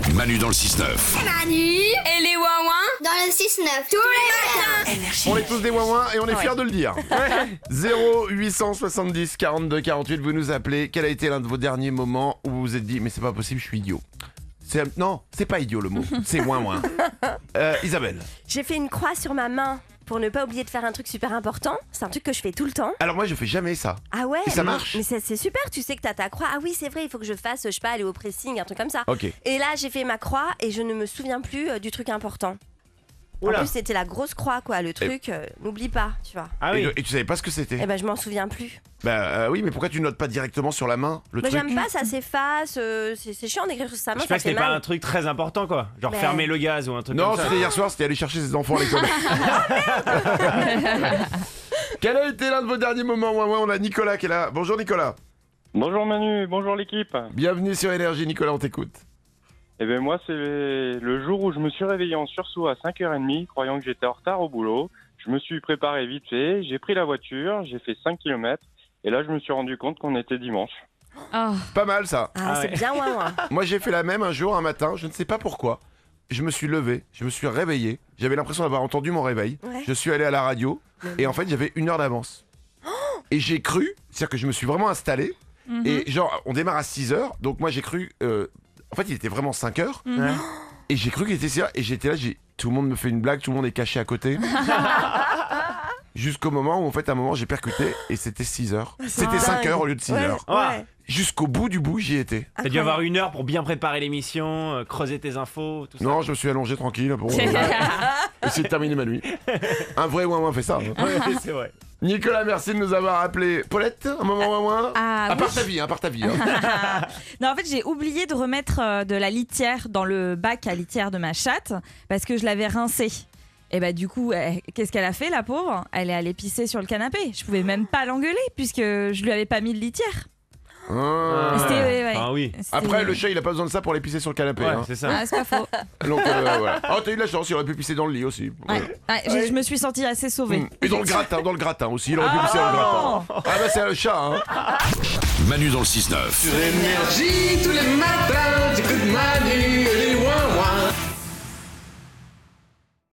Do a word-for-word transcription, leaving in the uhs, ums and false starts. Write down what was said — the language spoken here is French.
Manu dans le six neuf. Manu et les Ouin-Ouin dans le six neuf tous les matins. On est tous des ouin et on est fiers de le dire. zéro huit cent soixante-dix quarante-deux quarante-huit, vous nous appelez. Quel a été l'un de vos derniers moments où vous vous êtes dit mais c'est pas possible, je suis idiot? C'est... Non, c'est pas idiot le mot, c'est ouin euh, Isabelle. J'ai fait une croix sur ma main pour ne pas oublier de faire un truc super important. C'est un truc que je fais tout le temps. Alors moi je fais jamais ça. Ah ouais? Et ça mais, marche? Mais c'est, c'est super, tu sais que t'as ta croix. Ah oui, c'est vrai, il faut que je fasse, je sais pas, aller au pressing, un truc comme ça. Ok. Et là, j'ai fait ma croix et je ne me souviens plus euh, du truc important. Oula. En plus, c'était la grosse croix, quoi, le truc. Euh, n'oublie pas, tu vois. Ah et, oui. le- et tu savais pas ce que c'était? Eh ben, je m'en souviens plus. Bah euh, oui, mais pourquoi tu notes pas directement sur la main le Bah, truc? j'aime pas, ça s'efface. euh, c'est, c'est chiant d'écrire sur sa main, Je sais ça pas, fait c'était pas mal. un truc très important quoi. Genre Mais- fermer le gaz ou un truc Non, comme ça. c'était hier soir, c'était aller chercher ses enfants à l'école. Quel a été l'un de vos derniers moments? Ouin On a Nicolas qui est là. Bonjour Nicolas. Bonjour Manu, bonjour l'équipe. Bienvenue sur Énergie, Nicolas, on t'écoute. Eh bien moi c'est le jour où je me suis réveillé en sursaut à cinq heures trente, croyant que j'étais en retard au boulot. Je me suis préparé vite fait, j'ai pris la voiture, j'ai fait cinq kilomètres et là je me suis rendu compte qu'on était dimanche. Oh. Pas mal ça. Ah, Ah c'est ouais. bien, ouin ouin. Moi j'ai fait la même un jour, un matin, je ne sais pas pourquoi. Je me suis levé, je me suis réveillé. J'avais l'impression d'avoir entendu mon réveil. Ouais. Je suis allé à la radio et en fait j'avais une heure d'avance. Et j'ai cru, c'est-à-dire que je me suis vraiment installé. Et genre on démarre à six heures, donc moi j'ai cru... euh, en fait il était vraiment cinq heures. Ouais. Et j'ai cru qu'il était six heures. Et j'étais là, j'ai... tout le monde me fait une blague, tout le monde est caché à côté. Jusqu'au moment où en fait à un moment j'ai percuté et c'était six heures. C'était dingue. cinq heures au lieu de six Ouais, heures. ouais. Jusqu'au bout du bout j'y étais. T'as dû avoir une heure pour bien préparer l'émission, euh, creuser tes infos, tout ça. Non, je me suis allongé tranquille pour euh, essayer de terminer ma nuit. Un vrai ouin ouin fait ça. hein. Ouais, c'est vrai. Nicolas, merci de nous avoir appelé. Paulette, un moment ouin ouin. Ah, À part oui. ta vie, hein, à part ta vie. hein. Non, en fait, j'ai oublié de remettre euh, de la litière dans le bac à litière de ma chatte parce que je l'avais rincée. Et bah du coup, euh, qu'est-ce qu'elle a fait, la pauvre? Elle est allée pisser sur le canapé. Je pouvais même pas l'engueuler puisque je lui avais pas mis de litière. Ah. C'était- ouais, ouais. Ah oui. C'était- Après, le chat, il a pas besoin de ça pour aller pisser sur le canapé. Ouais, hein. c'est ça. Ah, c'est pas faux. Donc euh, voilà. Oh, t'as eu de la chance, il aurait pu pisser dans le lit aussi. Ouais. Ouais, j'ai- je me suis sentie assez sauvée. Mm. Et dans le gratin, dans le gratin aussi, il aurait pu pisser dans le gratin. Ah bah c'est le chat, hein. Manu dans le six neuf. Énergie tous les matins, j'écoute Manu et les